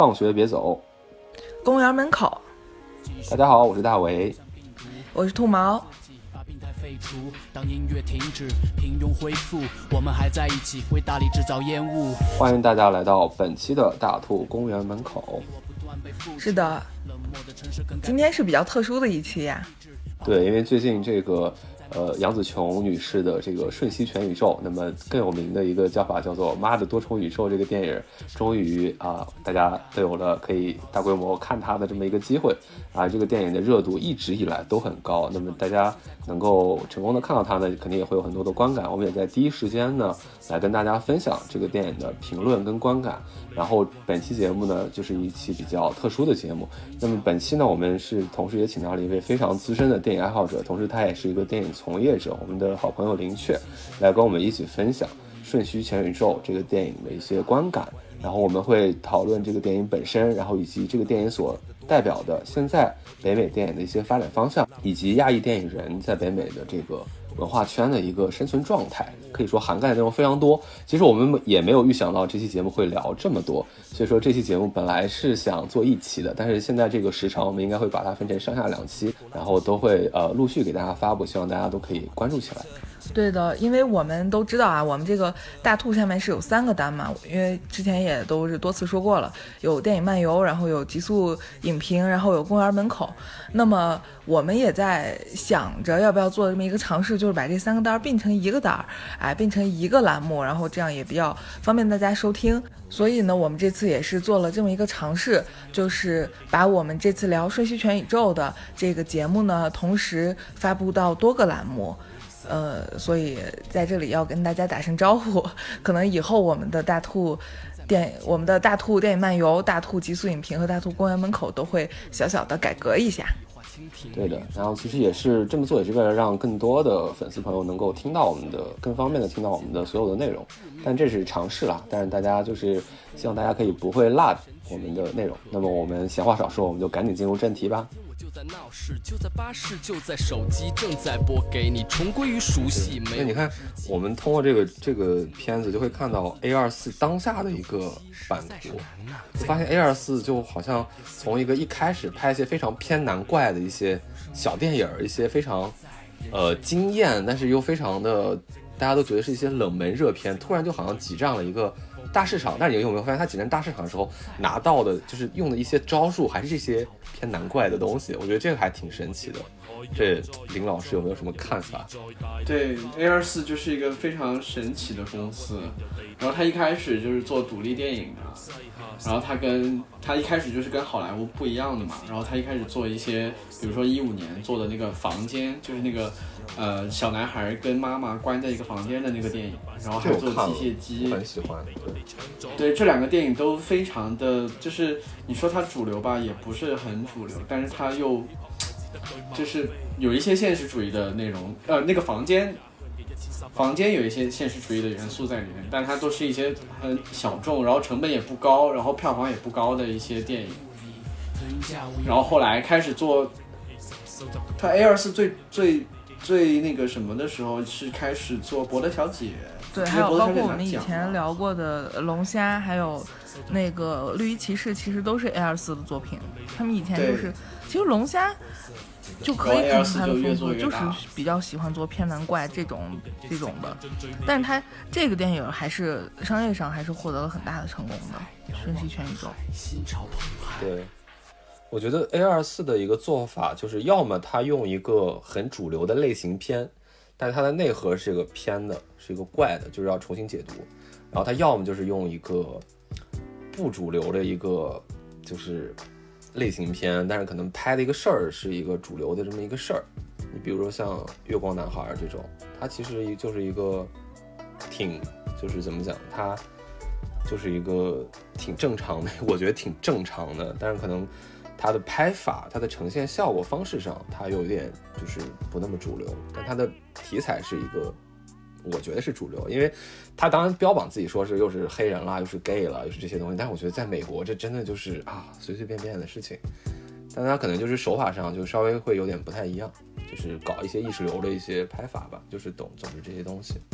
放学别走， 公园门口。 大家好，我是大为， 我是兔毛。 当音乐停止，平庸恢复，我们还在一起为大理制造烟雾。 欢迎大家来到本期的大兔公园门口。 是的，今天是比较特殊的一期呀。 对，因为最近这个杨紫琼女士的这个《瞬息全宇宙》，那么更有名的一个叫法叫做《妈的多重宇宙》这个电影，终于大家都有了可以大规模看它的这么一个机会啊！这个电影的热度一直以来都很高，那么大家能够成功的看到它呢，肯定也会有很多的观感。我们也在第一时间呢来跟大家分享这个电影的评论跟观感。然后本期节目呢，就是一期比较特殊的节目。那么本期呢，我们是同时也请到了一位非常资深的电影爱好者，同时他也是一个电影从业者，我们的好朋友林雀，来跟我们一起分享《瞬息全宇宙》这个电影的一些观感。然后我们会讨论这个电影本身，然后以及这个电影所代表的现在北美电影的一些发展方向，以及亚裔电影人在北美的这个文化圈的一个生存状态，可以说涵盖的内容非常多。其实我们也没有预想到这期节目会聊这么多，所以说这期节目本来是想做一期的，但是现在这个时长我们应该会把它分成上下两期，然后都会陆续给大家发布，希望大家都可以关注起来。 对的，因为我们都知道啊，我们这个大兔下面是有3个单嘛，因为之前也都是多次说过了，有电影漫游，然后有极速影评，然后有公园门口。那么我们也在想着要不要做这么一个尝试，就是把这3个单并成一个单，并成一个栏目，然后这样也比较方便大家收听。所以呢，我们这次也是做了这么一个尝试，就是把我们这次聊《瞬息全宇宙》的这个节目呢，同时发布到多个栏目。所以在这里要跟大家打声招呼，可能以后我们的大兔电影漫游、大兔极速影评和大兔公园门口都会小小的改革一下。 对的，然后其实也是这么做，也是为了让更多的粉丝朋友能够听到我们的，更方便的听到我们的所有的内容。但这是尝试啦，但是大家就是希望大家可以不会落我们的内容。那么我们闲话少说，我们就赶紧进入正题吧。 就在闹市，就在巴士，就在手机，正在播给你，重归于熟悉。 所以你看，我们通过这个片子就会看到 A24 当下的一个版图，就发现 A24 就好像从一个一开始拍一些非常偏难怪的一些小电影，一些非常惊艳，但是又非常的大家都觉得是一些冷门热片，突然就好像挤占了一个大市场。但是你有没有发现，他挤占大市场的时候拿到的就是用的一些招数还是这些偏难怪的东西？我觉得这个还挺神奇的。这林老师有没有什么看法？ 对 A24 就是一个非常神奇的公司，然后他一开始就是做独立电影的，然后他一开始就是跟好莱坞不一样的嘛，然后他一开始做一些，比如说15年做的那个房间，就是那个小男孩跟妈妈关在一个房间的那个电影，然后还做机械姬， 我很喜欢。 对，这2个电影都非常的，就是你说它主流吧，也不是很主流，但是它又就是有一些现实主义的内容，那个房间有一些现实主义的元素在里面，但它都是一些很小众，然后成本也不高，然后票房也不高的一些电影。然后后来开始做，它 A24 最那个什么的时候是开始做《伯德小姐》， 对，还有包括我们以前聊过的《龙虾》，还有那个《绿衣骑士》，其实都是 A24 的作品。他们以前就是，其实《龙虾》就可以看出他的风格，就是比较喜欢做偏难怪这种的，但是他这个电影还是商业上还是获得了很大的成功的，《瞬息全宇宙》。 对，我觉得 A24 的一个做法就是，要么他用一个很主流的类型片，但是它的内核是一个偏的，是一个怪的，就是要重新解读。然后他要么就是用一个不主流的一个就是类型片，但是可能拍的一个事儿是一个主流的这么一个事儿。你比如说像《月光男孩》这种，它其实就是一个就是怎么讲，它就是一个挺正常的，我觉得挺正常的，但是可能它的拍法、它的呈现效果方式上，它有点就是不那么主流，但它的题材是一个我觉得是主流，因为他当然标榜自己说是又是黑人啦，又是 gay 了，又是这些东西，但是我觉得在美国这真的就是随随便便的事情，但他可能就是手法上就稍微会有点不太一样，就是搞一些意识流的一些拍法吧，就是总之这些东西。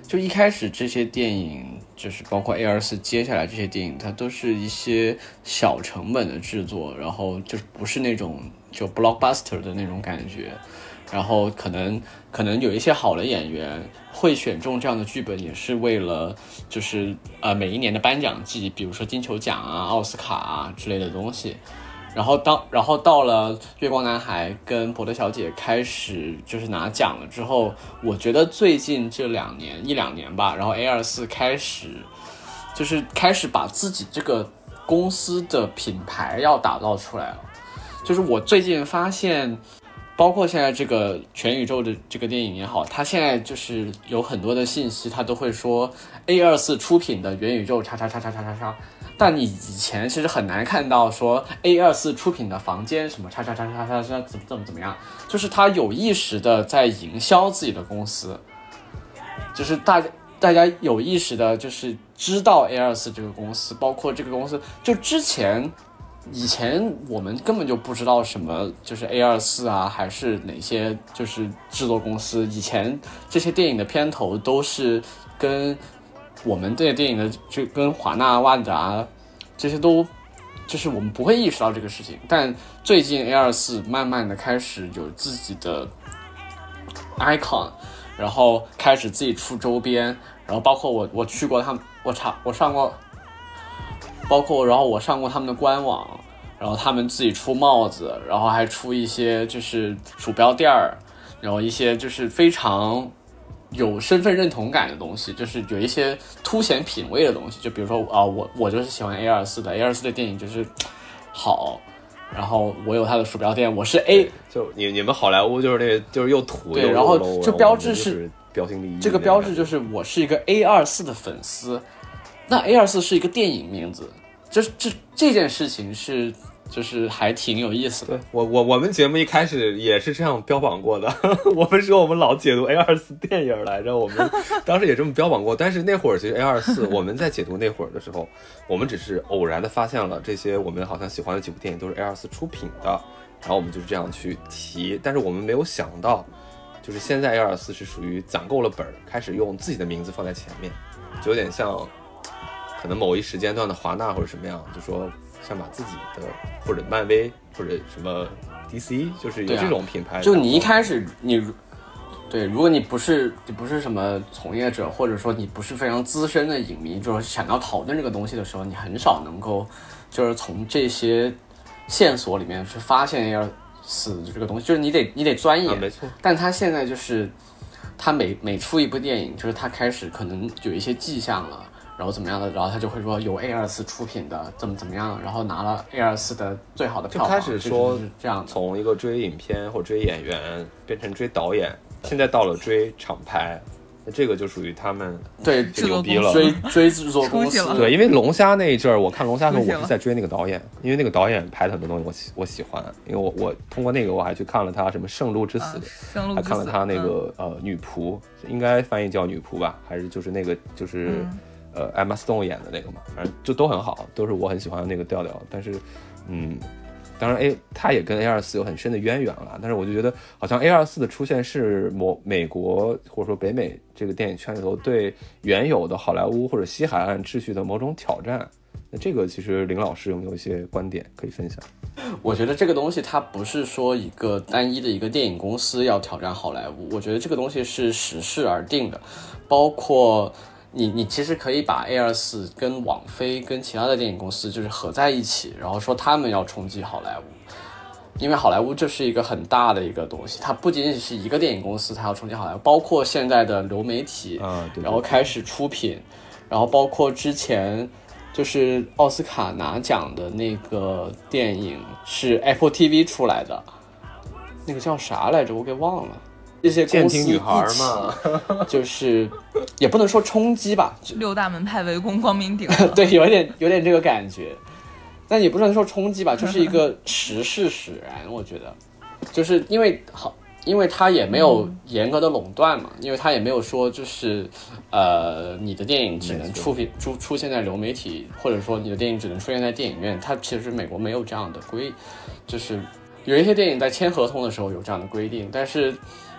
就一开始这些电影，就是包括 A24接下来这些电影，它都是一些小成本的制作，然后就是不是那种就 blockbuster 的那种感觉，然后可能有一些好的演员会选中这样的剧本，也是为了就是每一年的颁奖季，比如说金球奖啊、奥斯卡啊之类的东西。然后到了月光男孩跟伯德小姐开始就是拿奖了之后，我觉得最近这一两年吧，然后 A24 开始把自己这个公司的品牌要打造出来了。就是我最近发现，包括现在这个全宇宙的这个电影也好，它现在就是有很多的信息，它都会说 A24 出品的元宇宙叉叉叉叉叉叉叉。但你以前其实很难看到说 A24 出品的房间什么叉叉叉叉叉叉怎么样，就是他有意识的在营销自己的公司，就是大家有意识的就是知道 A24 这个公司，包括这个公司就以前我们根本就不知道什么就是 A24 啊，还是哪些就是制作公司，以前这些电影的片头都是跟我们这些电影的就跟华纳、万达这些都就是我们不会意识到这个事情，但最近 A24 慢慢的开始有自己的 icon， 然后开始自己出周边，然后包括我去过他们，我上过，包括然后我上过他们的官网，然后他们自己出帽子，然后还出一些就是鼠标垫儿，然后一些就是非常有身份认同感的东西，就是有一些凸显品味的东西，就比如说我就是喜欢 A24 的 A24 的电影就是好，然后我有它的鼠标垫，我是 A， 就你们好莱坞就是那个就是又土对， 又然后 low， 这标志是标新立异， 这个标志就是我是一个 A24 的粉丝，那 A24 是一个电影名字，就是这件事情是就是还挺有意思的。 对，我们节目一开始也是这样标榜过的，我们说我们老解读 A24 电影来着，我们当时也这么标榜过，但是那会儿其实 A24 我们在解读那会儿的时候，我们只是偶然的发现了这些我们好像喜欢的几部电影都是 A24 出品的，然后我们就是这样去提，但是我们没有想到就是现在 A24 是属于攒够了本，开始用自己的名字放在前面，就有点像可能某一时间段的华纳或者什么样，就说想把自己的或者漫威或者什么 DC 就是有这种品牌， 就你一开始如果你不是什么从业者，或者说你不是非常资深的影迷，就是想要讨论这个东西的时候，你很少能够就是从这些线索里面去发现A24这个东西，就是你得钻研， 没错。 但他现在就是他每出一部电影，就是他开始可能有一些迹象了，然后怎么样的，然后他就会说由 A24 出品的怎么样，然后拿了 A24 的最好的票房， 就开始说是这样的， 从一个追影片或追演员变成追导演，现在到了追厂牌，那这个就属于他们对牛逼了， 追制作公司。 对，因为龙虾那一阵儿，我看龙虾的时候，我是在追那个导演，因为那个导演拍的很多东西我喜欢，因为我通过那个我还去看了他什么《圣路之死》，还看了他那个女仆，应该翻译叫女仆吧，还是就是那个就是Emma Stone 演的那个嘛，反正就都很好，都是我很喜欢的那个调调，但是当然他也跟 A24 有很深的渊源了，但是我就觉得好像 A24 的出现是美国或者说北美这个电影圈里头对原有的好莱坞或者西海岸秩序的某种挑战。那这个其实林老师有没有一些观点可以分享？ 我觉得这个东西它不是说一个单一的一个电影公司要挑战好莱坞，我觉得这个东西是时势而定的，包括你其实可以把 A24 跟网飞跟其他的电影公司就是合在一起，然后说他们要冲击好莱坞，因为好莱坞就是一个很大的一个东西，它不仅仅是一个电影公司它要冲击好莱坞，包括现在的流媒体对， 然后开始出品，然后包括之前就是奥斯卡拿奖的那个电影是 Apple TV 出来的，那个叫啥来着我给忘了，这些公司一起女孩嘛， 就是也不能说冲击吧， 六大门派围攻光明顶对，有点这个感觉，但也不能说冲击吧，就是一个时势使然，我觉得就是因为它也没有严格的垄断嘛，因为它也没有说就是你的电影只能出现在流媒体，或者说你的电影只能出现在电影院，它其实美国没有这样的就是有一些电影在签合同的时候有这样的规定，但是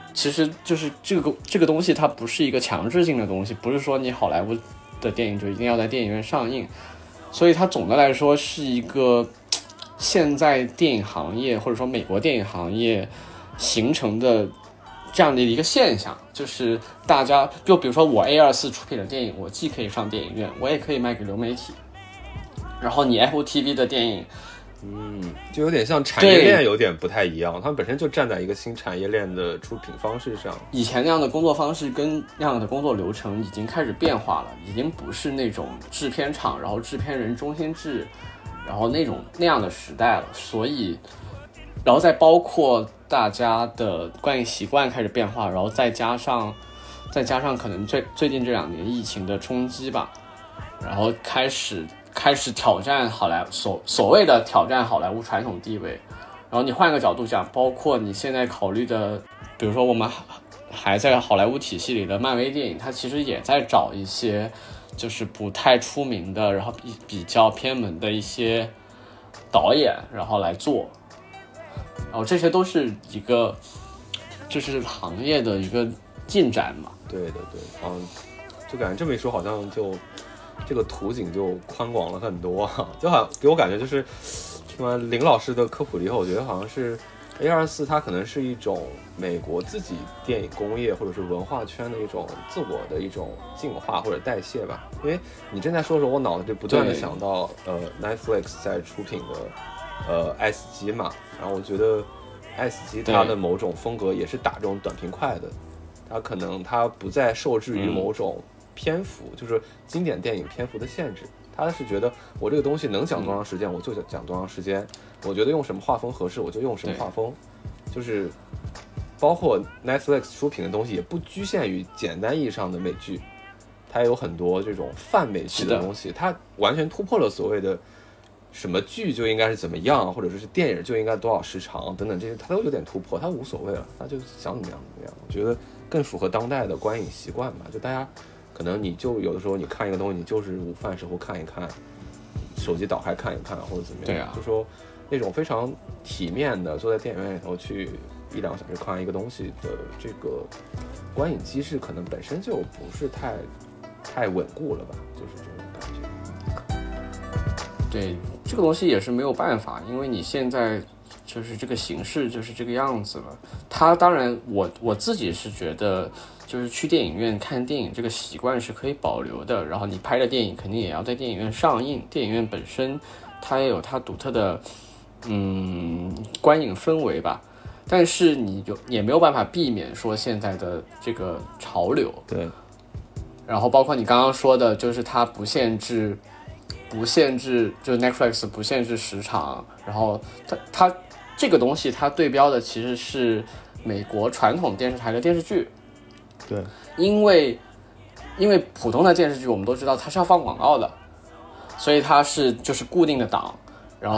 其实就是这个东西它不是一个强制性的东西，不是说你好莱坞的电影就一定要在电影院上映，所以它总的来说是一个现在电影行业或者说美国电影行业形成的这样的一个现象，就是大家就比如说我 A24 出品的电影，我既可以上电影院，我也可以卖给流媒体，然后你 Apple TV 的电影就有点像产业链有点不太一样，他们本身就站在一个新产业链的出品方式上。 以前那样的工作方式跟那样的工作流程已经开始变化了，已经不是那种制片厂然后制片人中心制然后那样的时代了，所以然后再包括大家的观影习惯开始变化，然后再加上可能最近这2年疫情的冲击吧，然后开始挑战所谓的挑战好莱坞传统地位。然后你换个角度讲，包括你现在考虑的，比如说我们还在好莱坞体系里的漫威电影，它其实也在找一些就是不太出名的，然后比较偏门的一些导演，然后来做。然后这些都是一个就是行业的一个进展嘛。 对的对，就感觉这么一说，好像就这个图景就宽广了很多啊，就好像给我感觉就是听完林老师的科普以后，我觉得好像是 A24 它可能是一种美国自己电影工业或者是文化圈的一种自我的一种进化或者代谢吧。因为你正在说的时候，我脑子就不断的想到Netflix 在出品的爱死机嘛，然后我觉得爱死机它的某种风格也是打这种短平快的，它可能它不再受制于某种篇幅，就是经典电影篇幅的限制，他是觉得我这个东西能讲多长时间我就讲多长时间，我觉得用什么画风合适我就用什么画风，就是包括 Netflix 出品的东西也不局限于简单意义上的美剧，它有很多这种泛美剧的东西，它完全突破了所谓的什么剧就应该是怎么样，或者说是电影就应该多少时长等等，这些它都有点突破，它无所谓了，它就想怎么样怎么样。我觉得更符合当代的观影习惯吧，就大家可能你就有的时候你看一个东西，你就是午饭时候看一看，手机打开看一看或者怎么样， 对啊， 就说那种非常体面的坐在电影院里头去1-2小时看一个东西的这个观影机制，可能本身就不是太稳固了吧，就是这种感觉。 对，这个东西也是没有办法，因为你现在就是这个形式就是这个样子了。它当然我自己是觉得就是去电影院看电影这个习惯是可以保留的，然后你拍的电影肯定也要在电影院上映，电影院本身它也有它独特的观影氛围吧，但是你就也没有办法避免说现在的这个潮流。 对， 然后包括你刚刚说的就是它不限制就 Netflix 不限制时长，然后它这个东西它对标的其实是美国传统电视台的电视剧。 对， 因为普通的电视剧我们都知道它是要放广告的，所以它是就是固定的档，然后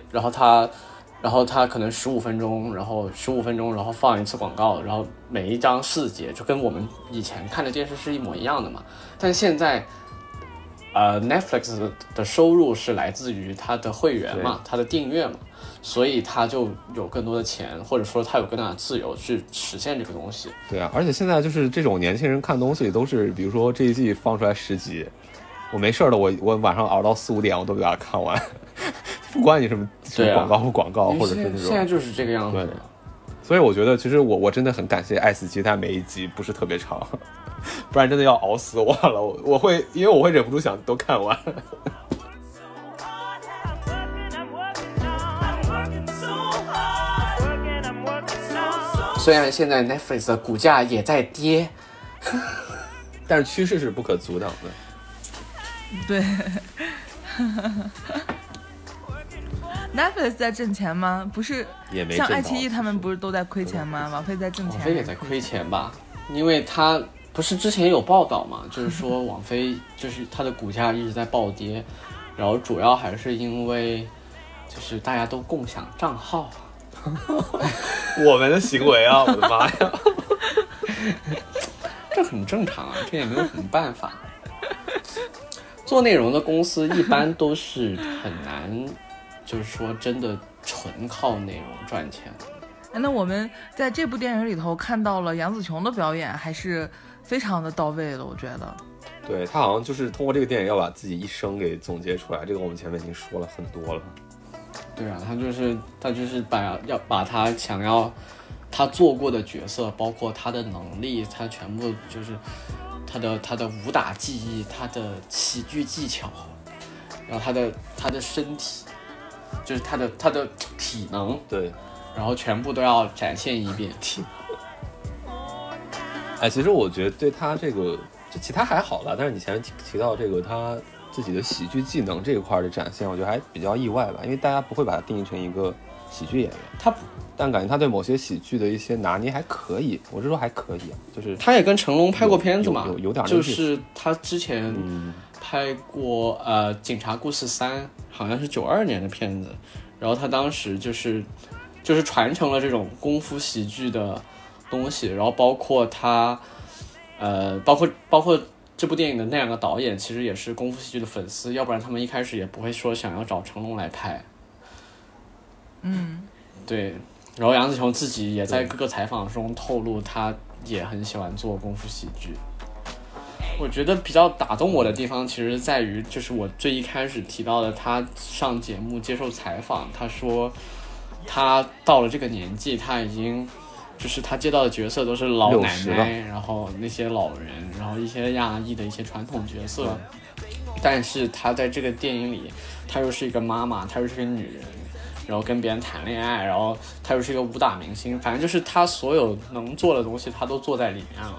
它可能15分钟，然后放一次广告，然后每一章4节，就跟我们以前看的电视是一模一样的嘛。但现在Netflix 的收入是来自于它的会员嘛，它的订阅嘛，所以它就有更多的钱，或者说它有更大的自由去实现这个东西。 对啊，而且现在就是这种年轻人看东西都是，比如说这一季放出来10集，我没事的，我晚上熬到4-5点我都给它看完，不管你什么广告不广告，或者是那种现在就是这个样子。 对，所以我觉得其实我真的很感谢爱死机，它每一集不是特别长，不然真的要熬死我了。我会忍不住想都看完。 虽然现在 Netflix 的股价也在跌， 但是趋势是不可阻挡的。 对。Netflix 在挣钱吗？不是， 也没像爱奇艺他们不是都在亏钱吗？网飞在挣钱， 网飞也在亏钱吧？因为它不是之前有报道嘛，就是说网飞就是它的股价一直在暴跌，然后主要还是因为就是大家都共享账号。 我们的行为啊，我的妈呀！ 这很正常啊，这也没有什么办法。做内容的公司一般都是很难，就是说真的纯靠内容赚钱。 那我们在这部电影里头看到了杨紫琼的表演，还是非常的到位的，我觉得。 对，她好像就是通过这个电影要把自己一生给总结出来，这个我们前面已经说了很多了。 对啊，他就是要把他想要他做过的角色，包括他的能力，他全部就是他的武打技艺，他的喜剧技巧，然后他的身体，就是他的体能， 对， 然后全部都要展现一遍。 哎，其实我觉得对他这个，就其他还好了，但是你前面提到这个他自己的喜剧技能这一块的展现，我觉得还比较意外吧，因为大家不会把它定义成一个喜剧演员，但感觉他对某些喜剧的一些拿捏还可以，我是说还可以啊，就是他也跟成龙拍过片子嘛， 有点就是他之前拍过警察故事3，好像是92年的片子，然后他当时就是传承了这种功夫喜剧的东西，然后包括他包括这部电影的那两个导演其实也是功夫喜剧的粉丝，要不然他们一开始也不会说想要找成龙来拍。对，然后杨紫琼自己也在各个采访中透露，她也很喜欢做功夫喜剧。我觉得比较打动我的地方，其实在于就是我最一开始提到的，她上节目接受采访，她说她到了这个年纪，她已经就是她接到的角色都是老奶奶，然后那些老人，然后一些亚裔的一些传统角色，但是她在这个电影里，她又是一个妈妈，她又是个女人。然后跟别人谈恋爱，然后他又是一个武打明星，反正就是他所有能做的东西他都做在里面了。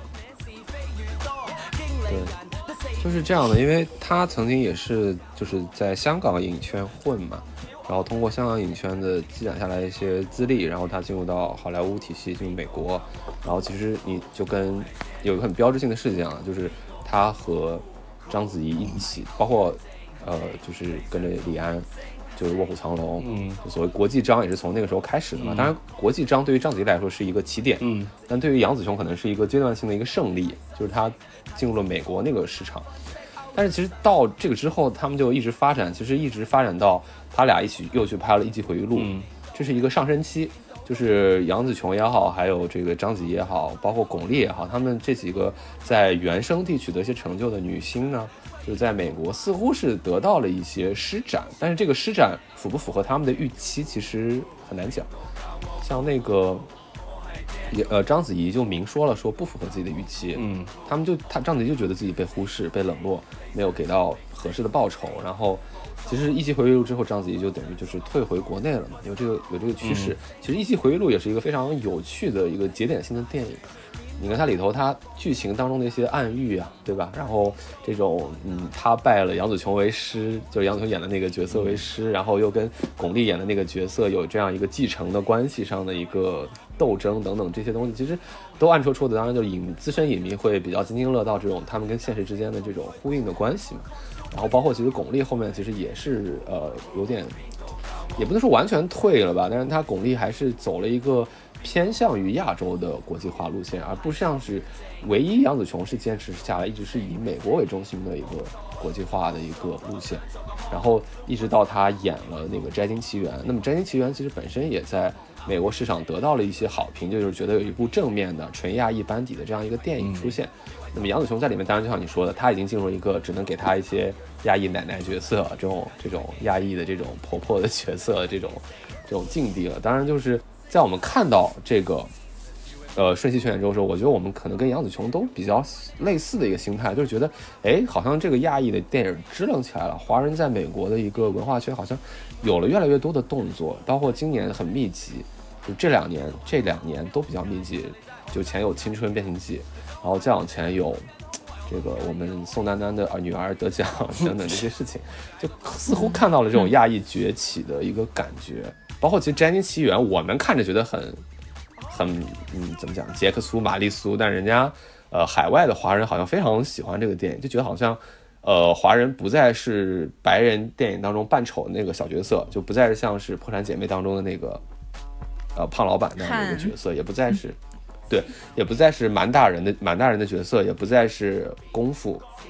对，就是这样的，因为他曾经也是就是在香港影圈混嘛，然后通过香港影圈的积攒下来一些资历，然后他进入到好莱坞体系，进入美国，然后其实你就跟有一个很标志性的事情啊，就是他和章子怡一起，包括就是跟着李安。就是卧虎藏龙，所谓国际章也是从那个时候开始的嘛。当然，国际章对于章子怡来说是一个起点，但对于杨紫琼可能是一个阶段性的一个胜利，就是她进入了美国那个市场。但是其实到这个之后，他们就一直发展，其实一直发展到他俩一起又去拍了《艺伎回忆录》，这是一个上升期。就是杨紫琼也好，还有这个章子怡也好，包括巩俐也好，他们这几个在原生地取得一些成就的女星呢。就在美国似乎是得到了一些施展，但是这个施展符不符合他们的预期其实很难讲。像那个章子怡就明说了，说不符合自己的预期，章子怡就觉得自己被忽视被冷落，没有给到合适的报酬。然后其实《艺伎回忆录》之后，章子怡就等于就是退回国内了嘛，有这个趋势。其实《艺伎回忆录》也是一个非常有趣的一个节点性的电影。你看它里头，它剧情当中的一些暗喻啊，对吧？然后这种他拜了杨紫琼为师，就是杨紫琼演的那个角色为师，然后又跟巩俐演的那个角色有这样一个继承的关系上的一个斗争等等，这些东西其实都暗戳戳的。当然，就资深影迷会比较津津乐道这种他们跟现实之间的这种呼应的关系嘛。然后包括其实巩俐后面其实也是有点，也不能说完全退了吧，但是他巩俐还是走了一个。偏向于亚洲的国际化路线，而不像是唯一杨紫琼是坚持下来一直是以美国为中心的一个国际化的一个路线，然后一直到她演了那个《摘金奇缘》。那么《摘金奇缘》其实本身也在美国市场得到了一些好评，就是觉得有一部正面的纯亚裔班底的这样一个电影出现。那么杨紫琼在里面，当然就像你说的，她已经进入一个只能给她一些亚裔奶奶角色，这种亚裔的这种婆婆的角色，这种境地了。当然就是在我们看到这个瞬息全宇宙的时候，我觉得我们可能跟杨紫琼都比较类似的一个心态，就是觉得好像这个亚裔的电影支棱起来了，华人在美国的一个文化圈好像有了越来越多的动作，包括今年很密集，就这两年都比较密集，就前有青春变形记，然后再往前有这个我们宋丹丹的女儿得奖等等这些事情，就似乎看到了这种亚裔崛起的一个感觉。包括其实《摘金奇缘》，我们看着觉得很怎么讲，杰克苏玛丽苏，但人家海外的华人好像非常喜欢这个电影，就觉得好像华人不再是白人电影当中扮丑的那个小角色，就不再是像是《破产姐妹》当中的那个胖老板那样的一个角色，也不再是对，也不再是满大人的角色，也不再是功夫，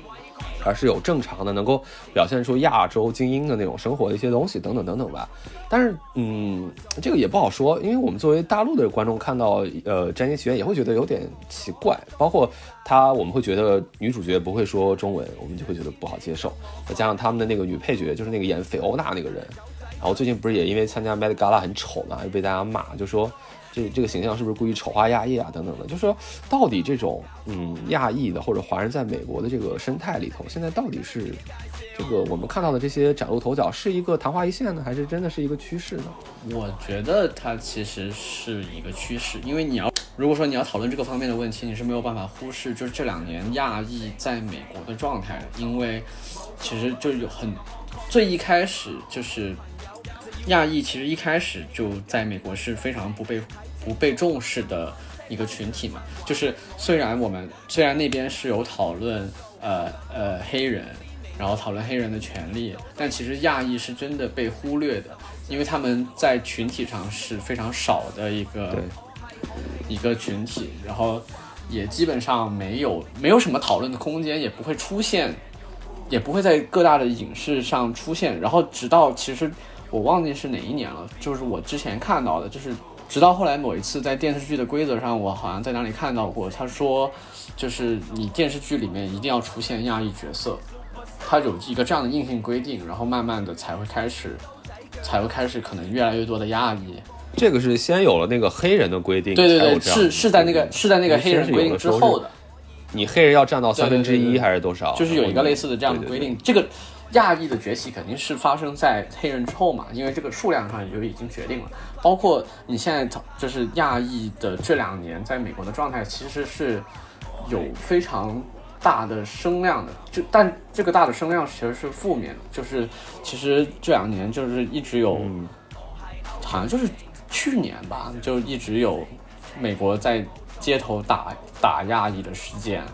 而是有正常的能够表现出亚洲精英的那种生活的一些东西等等等等吧。但是这个也不好说，因为我们作为大陆的观众看到詹妮奇缘也会觉得有点奇怪，包括我们会觉得女主角不会说中文，我们就会觉得不好接受，再加上他们的那个女配角就是那个演菲欧娜那个人，然后最近不是也因为参加 Met Gala 很丑嘛，又被大家骂，就说这个形象是不是故意丑化亚裔啊等等的，就是说到底这种亚裔的或者华人在美国的这个生态里头，现在到底是这个我们看到的这些崭露头角是一个昙花一现呢，还是真的是一个趋势呢？ 我觉得它其实是一个趋势，因为如果说你要讨论这个方面的问题，你是没有办法忽视就是这2年亚裔在美国的状态的，因为其实就有最一开始就是亚裔其实一开始就在美国是非常不被重视的一个群体嘛，就是虽然那边是有讨论黑人，然后讨论黑人的权利，但其实亚裔是真的被忽略的，因为他们在群体上是非常少的一个群体，然后也基本上没有什么讨论的空间，也不会出现，也不会在各大的影视上出现，然后直到其实我忘记是哪一年了，就是我之前看到的，就是直到后来某一次在电视剧的规则上，我好像在哪里看到过，他说就是你电视剧里面一定要出现亚裔角色，他有一个这样的硬性规定，然后慢慢的才会开始可能越来越多的亚裔。 这个是先有了那个黑人的规定， 对，是在那个黑人规定之后的。 你黑人要占到1/3还是多少？ 就是有一个类似的这样的规定。这个亚裔的崛起肯定是发生在黑人之后嘛，因为这个数量上也就已经决定了。包括你现在就是亚裔的这2年在美国的状态，其实是有非常大的声量的，但这个大的声量其实是负面的，就是其实这2年就是一直有，好像就是去年吧，就一直有美国在街头打亚裔的事件。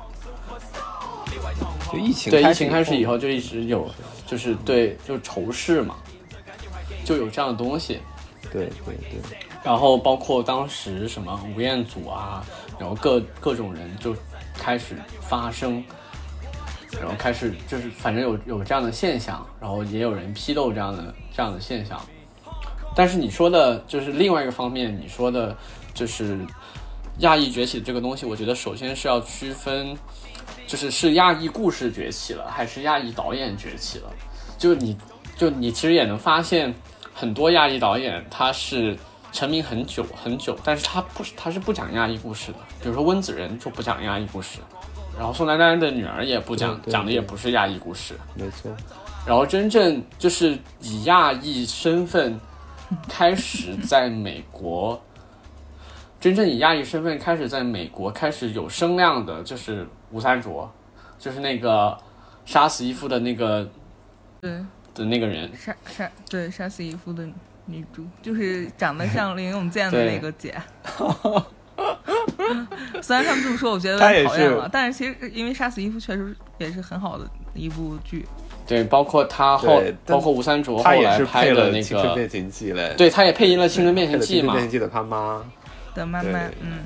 就疫情开始以后就一直有，就是就仇视嘛，就有这样的东西。 对。 然后包括当时什么吴彦祖啊，然后各种人就开始发声，然后开始就是反正有这样的现象，然后也有人批斗这样的现象。但是你说的就是另外一个方面，你说的就是亚裔崛起这个东西，我觉得首先是要区分，就是亚裔故事崛起了，还是亚裔导演崛起了。就你其实也能发现，很多亚裔导演他是成名很久，但是他是不讲亚裔故事的。比如说温子仁就不讲亚裔故事，然后宋丹丹的女儿也不讲的也不是亚裔故事， 没错。 然后真正就是以亚裔身份开始在美国，开始有声量的，就是吴三卓，就是那个杀死伊夫的那个的那个人， 杀死伊夫的女主，就是长得像林永健的那个姐。虽然他们这么说，我觉得有点讨厌了，但是其实因为杀死伊夫确实也是很好的一部剧。 对，包括吴三卓后来拍的那个《 青春变形记》嘞， 对，他也配音了《青春变形记》嘛，《 变形记》的他妈的妈妈，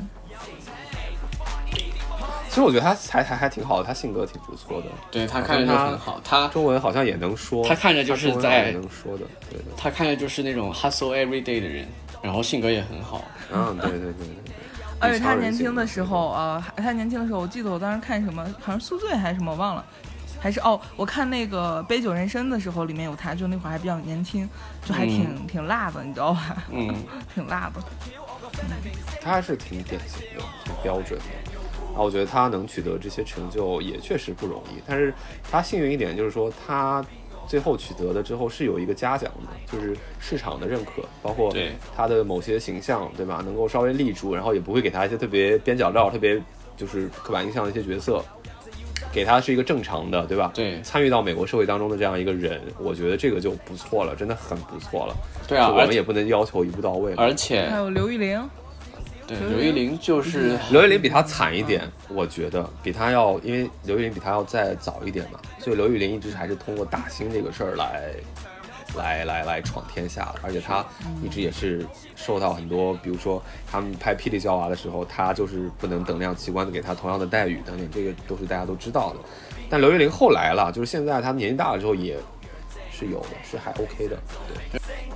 其实我觉得他还挺好的，他性格挺不错的， 对，他看着就很好，他中文好像也能说， 他看着就是在能说的，对的， 他看着就是那种 hustle every day 的人，然后性格也很好， 对。 而且他年轻的时候我记得我当时看什么，好像宿醉还是什么，我忘了。还是我看那个《杯酒人生》的时候，里面有他，就那会儿还比较年轻，就还挺辣的，你知道吧？挺辣的。 他是挺典型的，挺标准的。我觉得他能取得这些成就也确实不容易，但是他幸运一点，就是说他最后取得的之后是有一个嘉奖的，就是市场的认可，包括他的某些形象，对吧？能够稍微立住，然后也不会给他一些特别边角料、特别就是刻板印象的一些角色。给他是一个正常的，对吧？ 对， 参与到美国社会当中的这样一个人，我觉得这个就不错了，真的很不错了。 对啊， 我们也不能要求一步到位。 而且还有刘玉玲， 对，刘玉玲就是刘玉玲比他惨一点，我觉得比他要，因为刘玉玲比他要再早一点嘛，所以刘玉玲一直还是通过打星这个事儿来来闯天下的，而且他一直也是受到很多，比如说他们拍《霹雳娇娃》的时候，他就是不能等量齐观的给他同样的待遇等等，这个都是大家都知道的。但刘玉玲后来了，就是现在他年纪大了之后也是有的，是还 OK 的，对。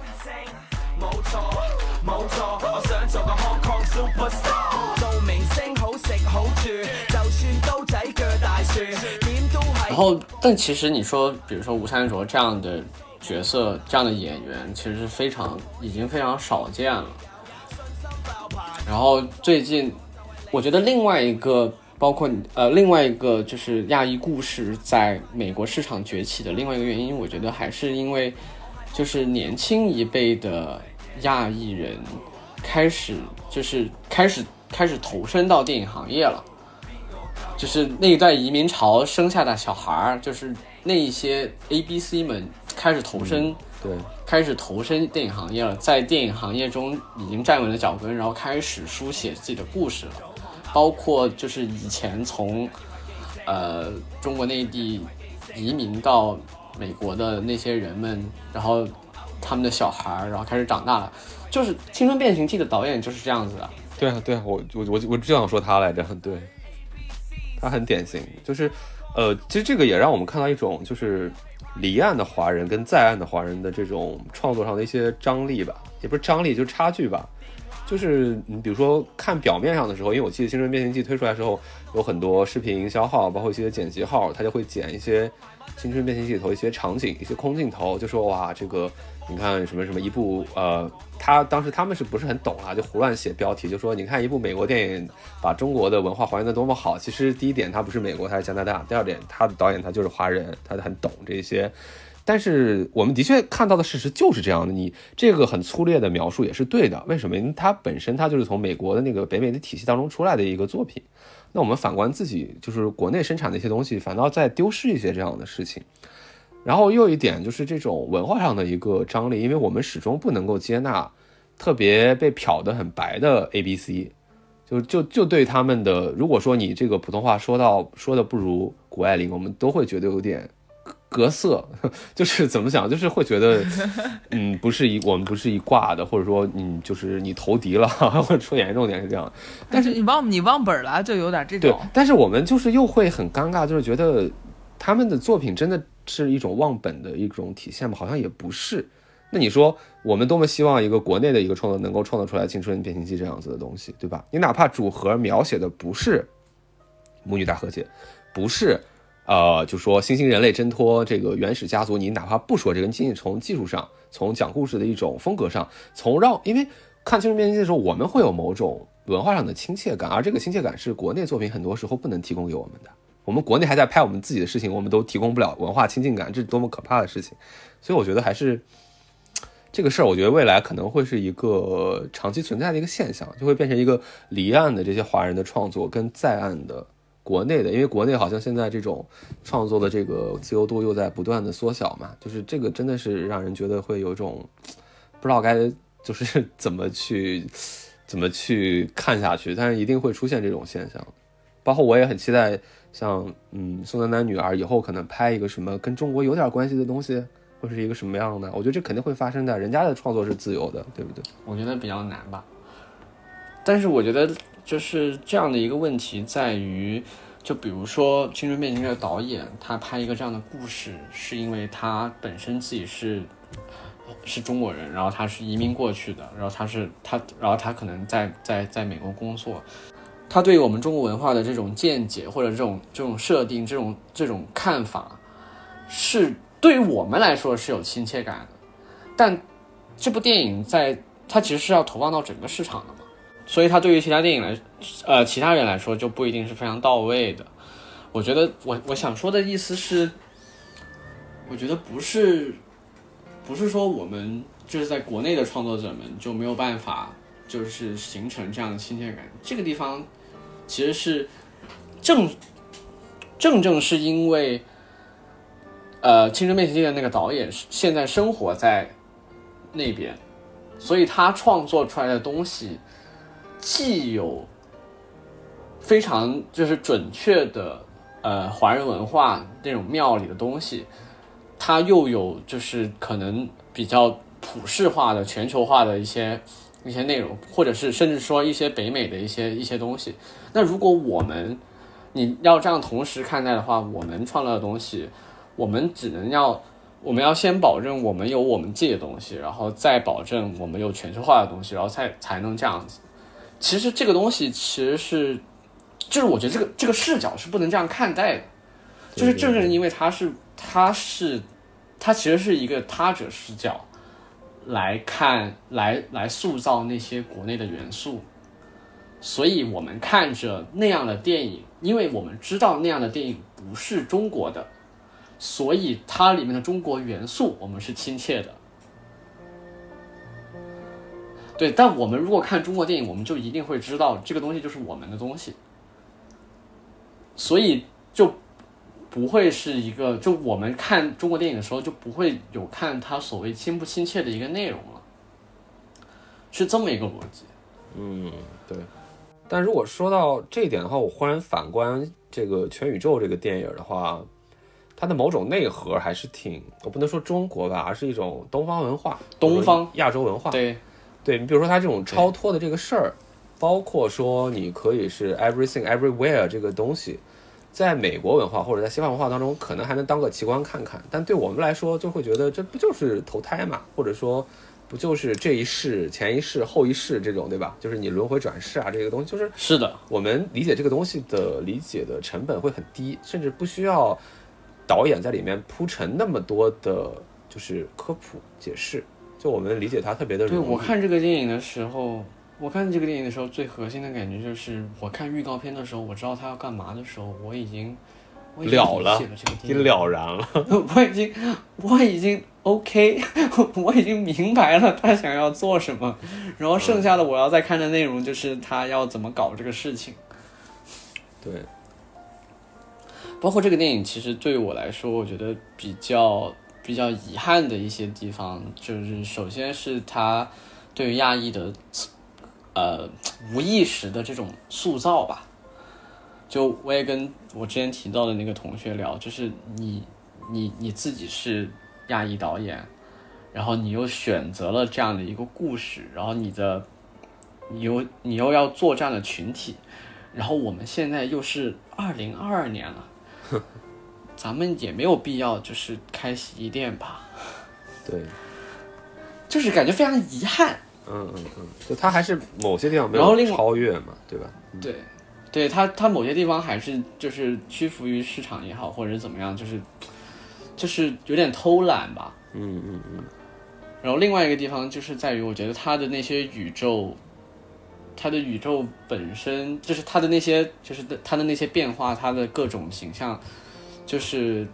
冇錯，我想做個 Hong Kong superstar， 做明星好食好住，就算刀仔鋸大樹，點都係。然後，但其實你說，比如說吳姍卓這樣的角色，這樣的演員，其實是已經非常少見了。然後最近，我覺得另外一個，包括另外一個就是亞裔故事在美國市場崛起的另外一個原因，我覺得還是因為就是年輕一輩的亞裔人開始投身到電影行業了，就是那一代移民潮生下的小孩，就是那一些 ABC 們開始投身，對，開始投身電影行業了，在電影行業中已經站穩了腳跟，然後開始書寫自己的故事了，包括就是以前從中國內地移民到美國的那些人們，然後他們的小孩，然後開始長大了，就是《青春變形記》的導演就是這樣子的。對啊，對啊，我就想說他來着，對，他很典型，就是其實這個也讓我們看到一種就是離岸的華人跟在岸的華人的這種創作上的一些張力吧，也不是張力，就是差距吧。就是你比如說看表面上的時候，因為我記得《青春變形記》推出來的時候，有很多視頻營銷號，包括一些剪輯號，他就會剪一些《青春變形記》裡頭一些場景，一些空鏡頭，就說哇，這個你看什麼什麼一部當時他們是不是很懂啊，就胡亂寫標題，就說你看一部美國電影把中國的文化還原得多麼好，其實第一點他不是美國，他是加拿大，第二點他的導演他就是華人，他很懂這些。但是我們的確看到的事實就是這樣的，你這個很粗略的描述也是對的，為什麼？因為它本身它就是從美國的那個北美的體系當中出來的一個作品，那我們反觀自己就是國內生產的一些東西，反倒在丟失一些這樣的事情。然後又一點就是這種文化上的一個張力，因為我們始終不能夠接納特別被漂得很白的 ABC， 就對他們的，如果說你這個普通話說的不如谷愛凌，我們都會覺得有點隔色，就是怎麼講，就是會覺得我們不是一掛的，或者說就是你投敵了，或者說嚴重點是這樣。但是你忘本了，就有點這種。 對，但是我們就是又會很尷尬，就是覺得他們的作品真的是一種忘本的一種體現嗎？好像也不是。那你說我們多麼希望一個國內的一個創作能夠創造出來青春變形記這樣子的東西，對吧？你哪怕主核描寫的不是母女大和解，不是就說新興人類掙脫這個原始家族，你哪怕不說這個，僅僅從技術上，從講故事的一種風格上，因為看青春變形記的時候，我們會有某種文化上的親切感，而這個親切感是國內作品很多時候不能提供給我們的。我們國內還在拍我們自己的事情，我們都提供不了文化親近感，這是多麼可怕的事情。所以我覺得還是這個事兒，我覺得未來可能會是一個長期存在的一個現象，就會變成一個離岸的這些華人的創作跟在岸的國內的，因為國內好像現在這種創作的這個自由度又在不斷的縮小嘛，就是這個真的是讓人覺得會有一種不知道該就是怎麼去看下去，但是一定會出現這種現象。包括我也很期待像宋丹丹女兒以後可能拍一個什麼跟中國有點關係的東西，會是一個什麼樣的，我覺得這肯定會發生的，人家的創作是自由的，對不對？ 我覺得比較難吧，但是我覺得就是這樣的一個問題在於，就比如說青春變形記的導演他拍一個這樣的故事，是因為他本身自己是中國人，然後他是移民過去的，然後他可能在美國工作，他對於我們中國文化的這種見解或者這種設定這種看法，是對於我們來說是有親切感的，但這部電影它其實是要投放到整個市場的嘛，所以它對於其他電影其他人來說就不一定是非常到位的。我覺得我想說的意思是，我覺得不是說我們就是在國內的創作者們就沒有辦法就是形成這樣的親切感，這個地方其實是正是因為青春變形記的那個導演現在生活在那邊，所以他創作出來的東西既有非常就是準確的華人文化那種廟裡的東西， 它又有就是可能比较普世化的全球化的一些内容，或者是甚至说一些北美的一些东西。那如果你要这样同时看待的话，我们创造的东西，我们要先保证我们有我们自己的东西，然后再保证我们有全球化的东西，然后才能这样子。其实这个东西其实是，就是我觉得这个视角是不能这样看待的，就是正是因为它其实是一个他者视角来看来塑造那些国内的元素，所以我们看着那样的电影，因为我们知道那样的电影不是中国的，所以它里面的中国元素我们是亲切的。对，但我们如果看中国电影，我们就一定会知道这个东西就是我们的东西，所以就不会是一个，就我们看中国电影的时候就不会有看它所谓亲不亲切的一个内容了，是这么一个逻辑。 对。但如果说到这一点的话，我忽然反观这个全宇宙这个电影的话，它的某种内核还是我不能说中国吧，而是一种东方文化， 东方亚洲文化。 对， 你比如说它这种超脱的这个事儿，包括说你可以是 everything everywhere 这个东西，在美国文化或者在西方文化当中可能还能当个奇观看看，但对我们来说就会觉得这不就是投胎嘛，或者说不就是这一世前一世后一世这种，对吧？就是你轮回转世啊，这个东西是的， 我们理解这个东西的理解的成本会很低，甚至不需要导演在里面铺陈那么多的就是科普解释，就我们理解它特别的容易。 对，我看这个电影的时候最核心的感觉就是我看预告片的时候，我知道他要干嘛的时候，我已经了了， 已经了然了我已经 OK 我已经明白了他想要做什么，然后剩下的我要再看的内容就是他要怎么搞这个事情。 对， 包括这个电影其实对于我来说，我觉得比较遗憾的一些地方，就是首先是他对于亚裔的无意识的这种塑造吧。就我也跟我之前提到的那个同学聊，就是你自己是亚裔导演，然后你又选择了这样的一个故事，然后你又要做这样的群体，然后我们现在又是2022年了，咱们也没有必要就是开洗衣店吧？ 对， 就是感觉非常遗憾。 就他还是某些地方没有超越嘛，对吧？ 对，他某些地方还是就是屈服于市场也好，或者是怎么样，就是有点偷懒吧。然后另外一个地方就是在于，我觉得他的那些宇宙，他的宇宙本身就是他的那些，就是他的那些变化，他的各种形象，就是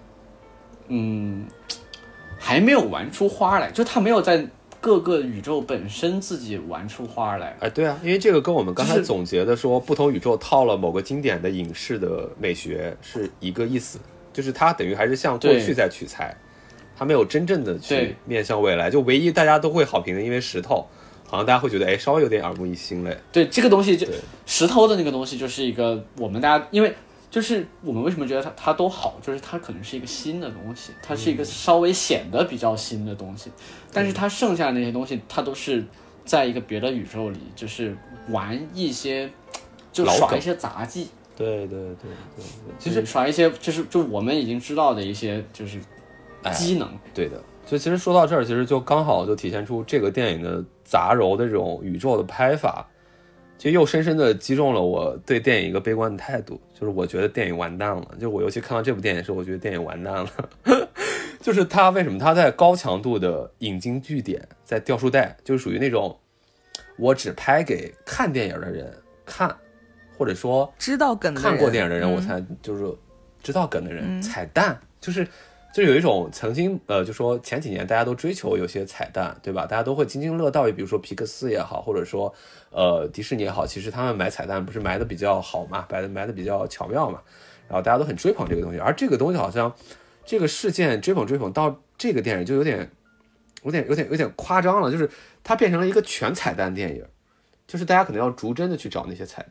还没有玩出花来，就他没有在各个宇宙本身自己玩出花来。 对啊，因为这个跟我们刚才总结的说不同宇宙套了某个经典的影视的美学是一个意思，就是它等于还是向过去在取材，它没有真正的去面向未来。就唯一大家都会好评的，因为石头好像大家会觉得稍微有点耳目一新嘞。 对，这个东西就石头的那个东西就是一个我们大家，因为就是我们为什么觉得它都好，就是它可能是一个新的东西，它是一个稍微显得比较新的东西，但是它剩下的那些东西，它都是在一个别的宇宙里，就是玩一些，就耍一些杂技。 对，其实耍一些就我们已经知道的一些就是机能。 对的，就其实说到这儿，其实就刚好就体现出这个电影的杂糅的这种宇宙的拍法。其实又深深地击中了我对电影一个悲观的态度，就是我觉得电影完蛋了。就我尤其看到这部电影的时候，我觉得电影完蛋了。就是它为什么它在高强度的引经据典，在掉书袋，就是属于那种我只拍给看电影的人看，或者说知道梗的人看过电影的人，我才就是知道梗的人。彩蛋就有一种曾经就说前几年大家都追求有些彩蛋，对吧？大家都会津津乐道，比如说皮克斯也好，或者说迪士尼也好，其实他们埋彩蛋不是埋的比较好嘛，埋的比较巧妙嘛，然后大家都很追捧这个东西。而这个东西好像这个事件追捧到这个电影就有点夸张了，就是它变成了一个全彩蛋电影，就是大家可能要逐帧的去找那些彩蛋，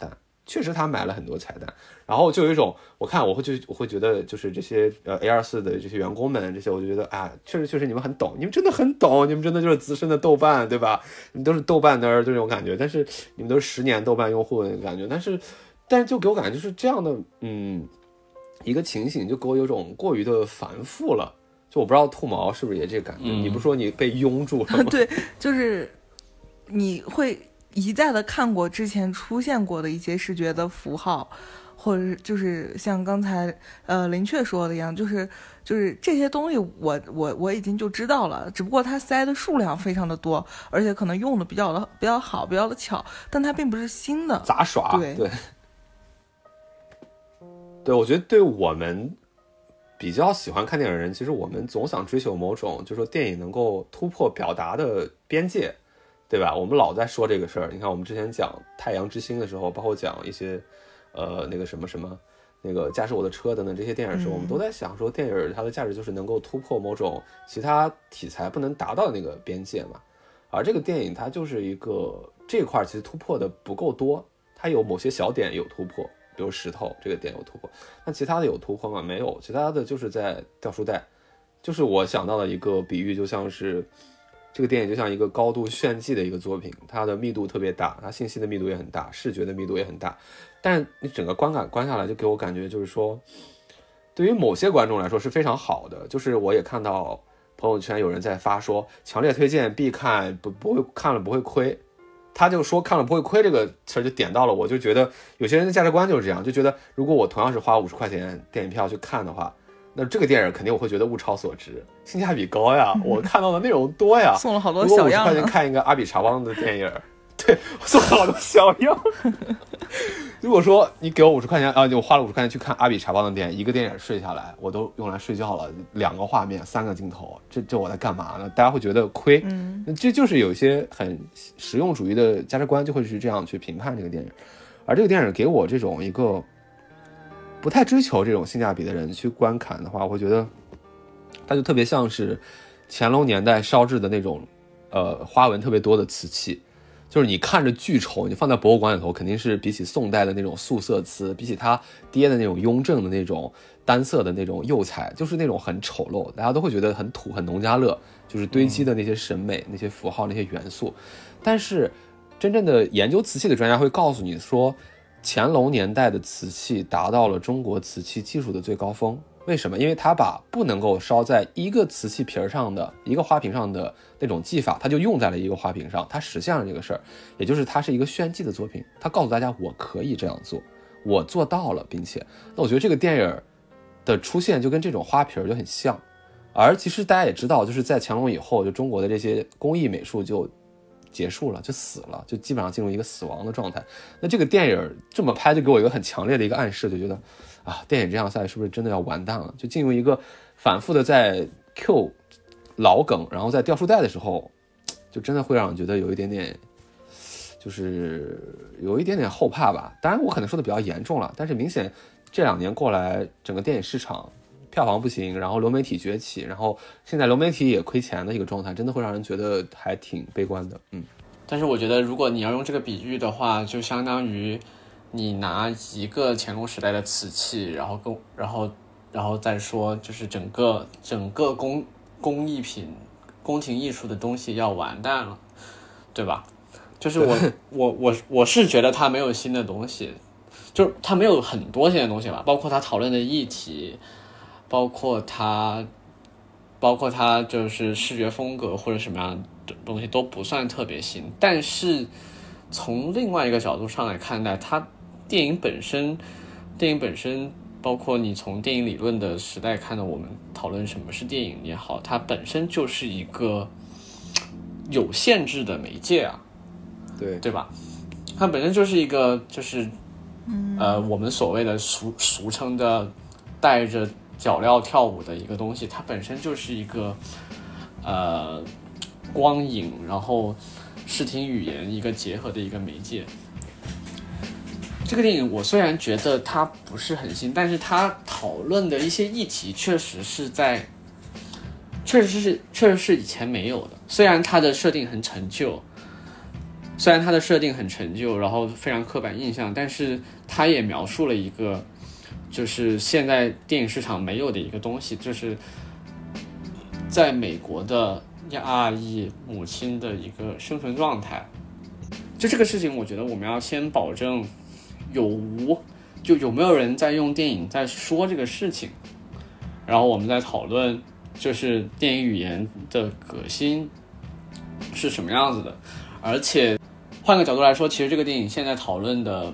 确实他埋了很多彩蛋，然后就有一种我会觉得就是这些A24的这些员工们这些，我就觉得啊，确实你们很懂，你们真的很懂，你们真的就是资深的豆瓣，对吧？你们都是豆瓣的这种感觉，但是你们都是10年豆瓣用户的那个感觉，但是就给我感觉就是这样的一个情形，就给我有种过于的繁复了。就我不知道兔毛是不是也这个感觉？你不说你被拥住了吗？ 对，就是你会一再的看过之前出现过的一些视觉的符号，或者就是像刚才林雀说的一样，就是这些东西我已经就知道了，只不过它塞的数量非常的多，而且可能用的比较好，比较的巧，但它并不是新的杂耍。对，我觉得对我们比较喜欢看电影的人，其实我们总想追求某种就是说电影能够突破表达的边界，对吧？我们老在说这个事儿。你看我们之前讲太阳之星的时候，包括讲一些那个什么那个驾驶我的车等等这些电影的时候，我们都在想说电影它的价值就是能够突破某种其他题材不能达到的那个边界嘛。而这个电影它就是一个这块其实突破的不够多，它有某些小点有突破，比如石头这个点有突破，那其他的有突破吗？没有，其他的就是在掉书袋。就是我想到的一个比喻，就像是这个电影就像一个高度炫技的一个作品，它的密度特别大，它信息的密度也很大，视觉的密度也很大，但是你整个观感观下来就给我感觉就是说对于某些观众来说是非常好的。就是我也看到朋友圈有人在发说强烈推荐必看，不会看了不会亏，他就说看了不会亏这个词就点到了我，就觉得有些人的价值观就是这样，就觉得如果我同样是花50块钱电影票去看的话，那这个电影肯定我会觉得物超所值，性价比高呀，我看到的内容多呀， 送了好多小样。 如果50块钱看一个阿比查邦的电影，对，我送了好多小样。如果说你给我50块钱啊，我花了50块钱去看阿比查邦的电影，一个电影睡下来，我都用来睡觉了，2个画面3个镜头，这我在干嘛呢？大家会觉得亏，这就是有一些很实用主义的价值观就会是这样去评判这个电影。而这个电影给我这种一个不太追求这种性价比的人去观看的话，我会觉得它就特别像是乾隆年代烧制的那种花纹特别多的瓷器，就是你看着巨丑，你放在博物馆里头肯定是比起宋代的那种素色瓷，比起它爹的那种雍正的那种单色的那种釉彩，就是那种很丑陋，大家都会觉得很土很农家乐，就是堆积的那些审美那些符号那些元素。但是真正的研究瓷器的专家会告诉你说，乾隆年代的瓷器达到了中国瓷器技术的最高峰。为什么？因为它把不能够烧在一个瓷器瓶上的一个花瓶上的那种技法，它就用在了一个花瓶上，它实现了这个事儿，也就是它是一个炫技的作品，它告诉大家我可以这样做，我做到了，并且那我觉得这个电影的出现就跟这种花瓶就很像。而其实大家也知道，就是在乾隆以后，就中国的这些工艺美术就结束了，就死了，就基本上进入一个死亡的状态。那这个电影这么拍就给我一个很强烈的一个暗示，就觉得啊，电影这样下来是不是真的要完蛋了？就进入一个反复的在 Q 老梗，然后在掉书袋的时候，就真的会让人觉得有一点点，就是有一点点后怕吧。当然我可能说的比较严重了，但是明显这2年过来，整个电影市场票房不行，然后流媒体崛起，然后现在流媒体也亏钱的一个状态，真的会让人觉得还挺悲观的。 但是我觉得如果你要用这个比喻的话，就相当于你拿一个乾隆时代的瓷器，然后再说就是整个工艺品宫廷艺术的东西要完蛋了，对吧？就是我是觉得它没有新的东西，就是它没有很多新的东西吧，包括它讨论的议题，包括它就是视觉风格或者什么样的东西都不算特别新。但是从另外一个角度上来看待它，电影本身包括你从电影理论的时代看到我们讨论什么是电影也好，它本身就是一个有限制的媒介啊，对吧？它本身就是一个就是我们所谓的俗称的带着脚镣跳舞的一个东西，它本身就是一个光影然后视听语言一个结合的一个媒介。这个电影我虽然觉得它不是很新，但是它讨论的一些议题确实是以前没有的。虽然它的设定很陈旧， 虽然它的设定很陈旧，然后非常刻板印象，但是它也描述了一个就是现在电影市场没有的一个东西，就是在美国的亚裔母亲的一个生存状态。就这个事情，我觉得我们要先保证有无，就有没有人在用电影在说这个事情，然后我们在讨论就是电影语言的革新是什么样子的。而且换个角度来说，其实这个电影现在讨论的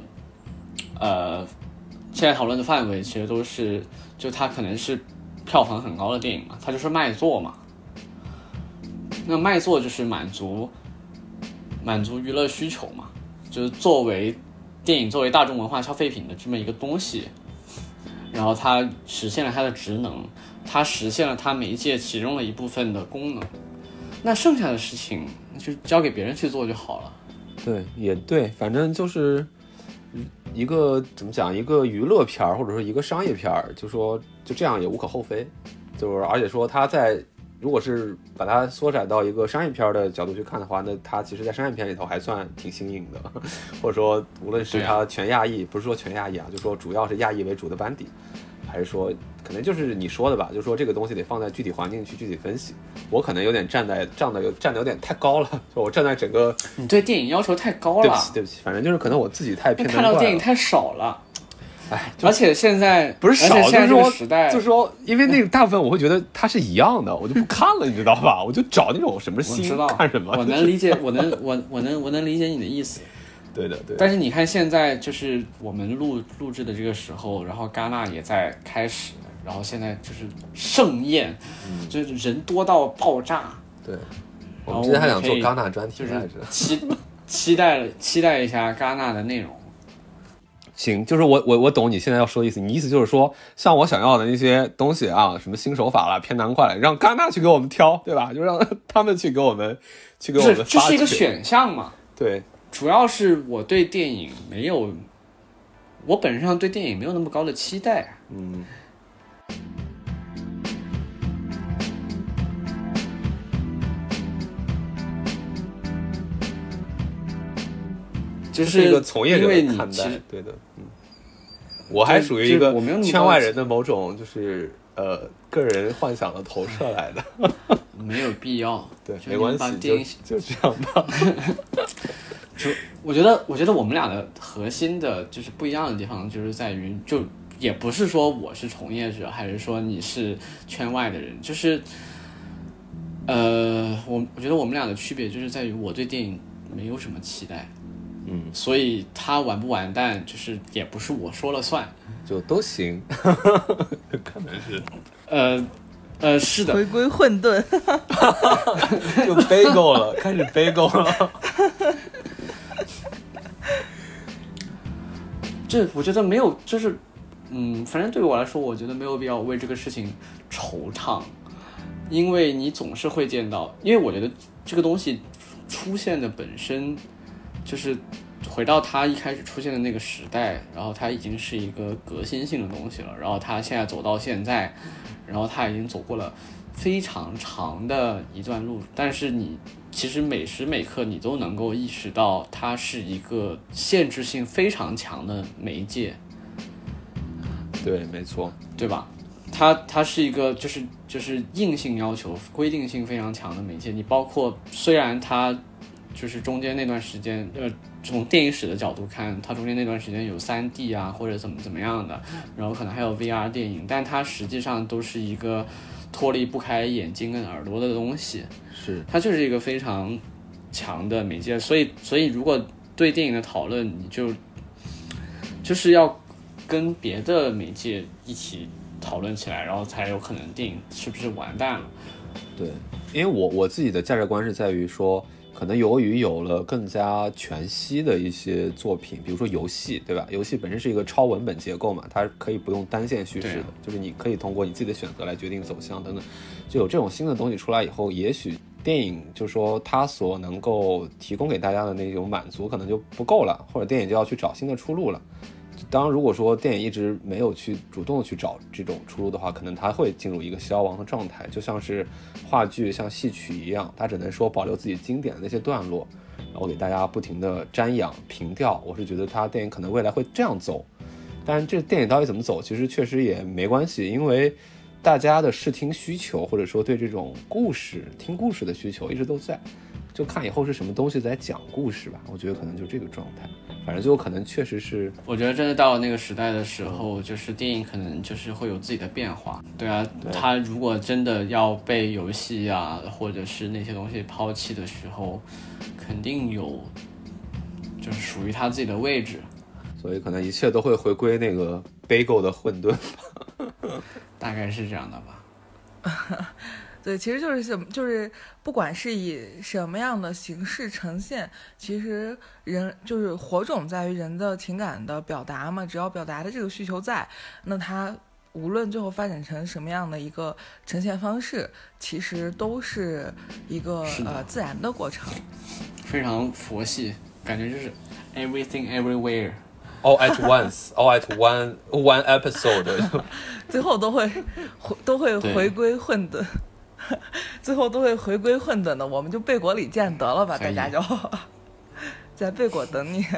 范围其实都是，就它可能是票房很高的电影嘛，它就是卖座嘛。那卖座就是满足娱乐需求嘛，就是电影作为大众文化消费品的这么一个东西，然后它实现了它的职能，它实现了它媒介其中的一部分的功能。那剩下的事情就交给别人去做就好了。 对，也对，反正就是一个怎么讲，一个娱乐片或者说一个商业片，就说就这样也无可厚非。就是而且说它如果是把它缩窄到一个商业片的角度去看的话，那它其实在商业片里头还算挺新颖的，或者说无论是它全亚裔，不是说全亚裔啊，就说主要是亚裔为主的班底，还是说可能就是你说的吧，就说这个东西得放在具体环境去具体分析。我可能有点站得有点太高了，就我站在整个你对电影要求太高了。 对不起，反正就是可能我自己太偏看到电影太少了。 哎， 而且现在不是少， 现在这个时代就是说，因为那个大部分我会觉得它是一样的，我就不看了，你知道吧？我就找那种什么新看什么。 我能理解，我能理解你的意思。 对的。 但是你看现在就是我们录制的这个时候，然后戛纳也在开始，然后现在就是盛宴，就是人多到爆炸。 对，我们之前还想做戛纳专题来着， 期待一下戛纳的内容。 行，就是我懂你现在要说的意思，你意思就是说，像我想要的那些东西啊，什么新手法啦、偏难快啦，让戛纳去给我们挑，对吧？就让他们去给我们发掘， 这是一个选项嘛？ 对， 主要是我对电影我本质上对电影没有那么高的期待。就是一个从业者的看待，对的，我还属于一个圈外人的某种就是个人幻想的投射来的， 没有必要， 对，没关系，就这样吧。 我觉得我们俩的核心的就是不一样的地方，就是在于就也不是说我是从业者，还是说你是圈外的人，就是我觉得我们俩的区别就是在于我对电影没有什么期待。所以他完不完蛋，就是也不是我说了算， 就都行，可能是，是的， 回归混沌， 就背够了，开始背够了。 这我觉得没有，就是反正对我来说，我觉得没有必要为这个事情惆怅，因为你总是会见到，因为我觉得这个东西出现的本身。就是回到它一开始出现的那个时代，然后它已经是一个革新性的东西了，然后它现在走到现在，然后它已经走过了非常长的一段路，但是你其实每时每刻你都能够意识到它是一个限制性非常强的媒介。 对，没错， 对吧？它是一个就是硬性要求、规定性非常强的媒介。你包括虽然它就是中间那段时间，从电影史的角度看，它中间那段时间有 3D 啊，或者怎么样的，然后可能还有 VR 电影，但它实际上都是一个脱离不开眼睛跟耳朵的东西。 是， 它就是一个非常强的媒介。所以如果对电影的讨论，你就是要跟别的媒介一起讨论起来，然后才有可能电影是不是完蛋了。 对，因为我自己的价值观是在于说，可能由于有了更加全息的一些作品，比如说游戏，对吧？游戏本身是一个超文本结构嘛，它可以不用单线叙事的，就是你可以通过你自己的选择来决定走向等等。就有这种新的东西出来以后，也许电影就说它所能够提供给大家的那种满足可能就不够了，或者电影就要去找新的出路了。当如果说电影一直没有去主动去找这种出路的话，可能它会进入一个消亡的状态，就像是话剧像戏曲一样，它只能说保留自己经典的那些段落， 然后给大家不停的瞻仰凭吊。我是觉得他电影可能未来会这样走，但是这电影到底怎么走，其实确实也没关系，因为大家的视听需求或者说对这种故事听故事的需求一直都在，就看以后是什么东西在讲故事吧。我觉得可能就这个状态，反正最后可能确实是， 我觉得真的到了那个时代的时候，就是电影可能就是会有自己的变化。对啊，它如果真的要被游戏啊或者是那些东西抛弃的时候，肯定有就是属于它自己的位置。 所以可能一切都会回归那个杯构的混沌吧。 大概是这样的吧。 对，其实就是不管是以什么样的形式呈现，其实人就是火种在于人的情感的表达嘛，只要表达的这个需求在，那它无论最后发展成什么样的一个呈现方式，其实都是一个自然的过程。 非常佛系，感觉就是 everything everywhere all at once all at one episode 最后都会回归混沌最后都会回归混沌的，我们就贝果里见得了吧，大家就在贝果等你。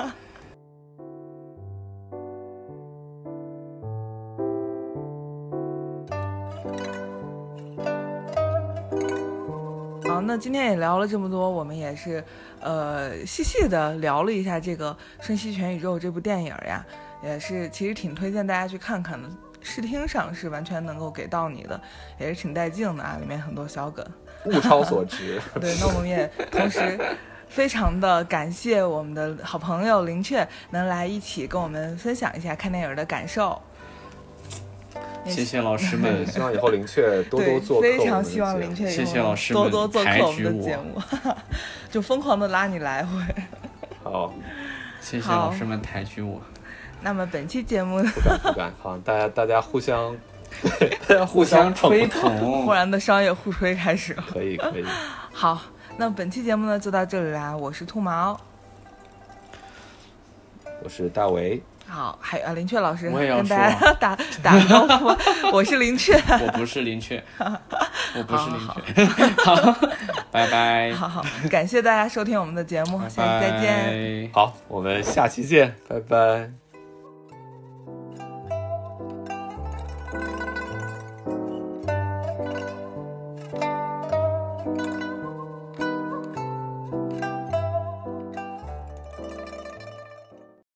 好，那今天也聊了这么多，我们也是细细的聊了一下这个《瞬息全宇宙》这部电影呀，也是其实挺推荐大家去看看的，视听上是完全能够给到你的，也是挺带劲的啊，里面很多小梗， 物超所值。 对，那我们也同时非常的感谢我们的好朋友林雀能来一起跟我们分享一下看电影的感受。 谢谢老师们， 希望以后林雀多多做客， 非常希望林雀谢谢老师们多多做客我们的节目，就疯狂的拉你来回。 好， 谢谢老师们抬举我。 那么本期节目不敢，好，大家互相吹捧， 忽然的商业互吹开始。 可以。 好，那本期节目呢就到这里啦，我是兔毛， 我是大为。 好，还有林雀老师跟大家打招呼。我是林雀， 我不是林雀，我不是林雀。好，拜拜。 好，感谢大家收听我们的节目，下期再见。 好，我们下期见，拜拜。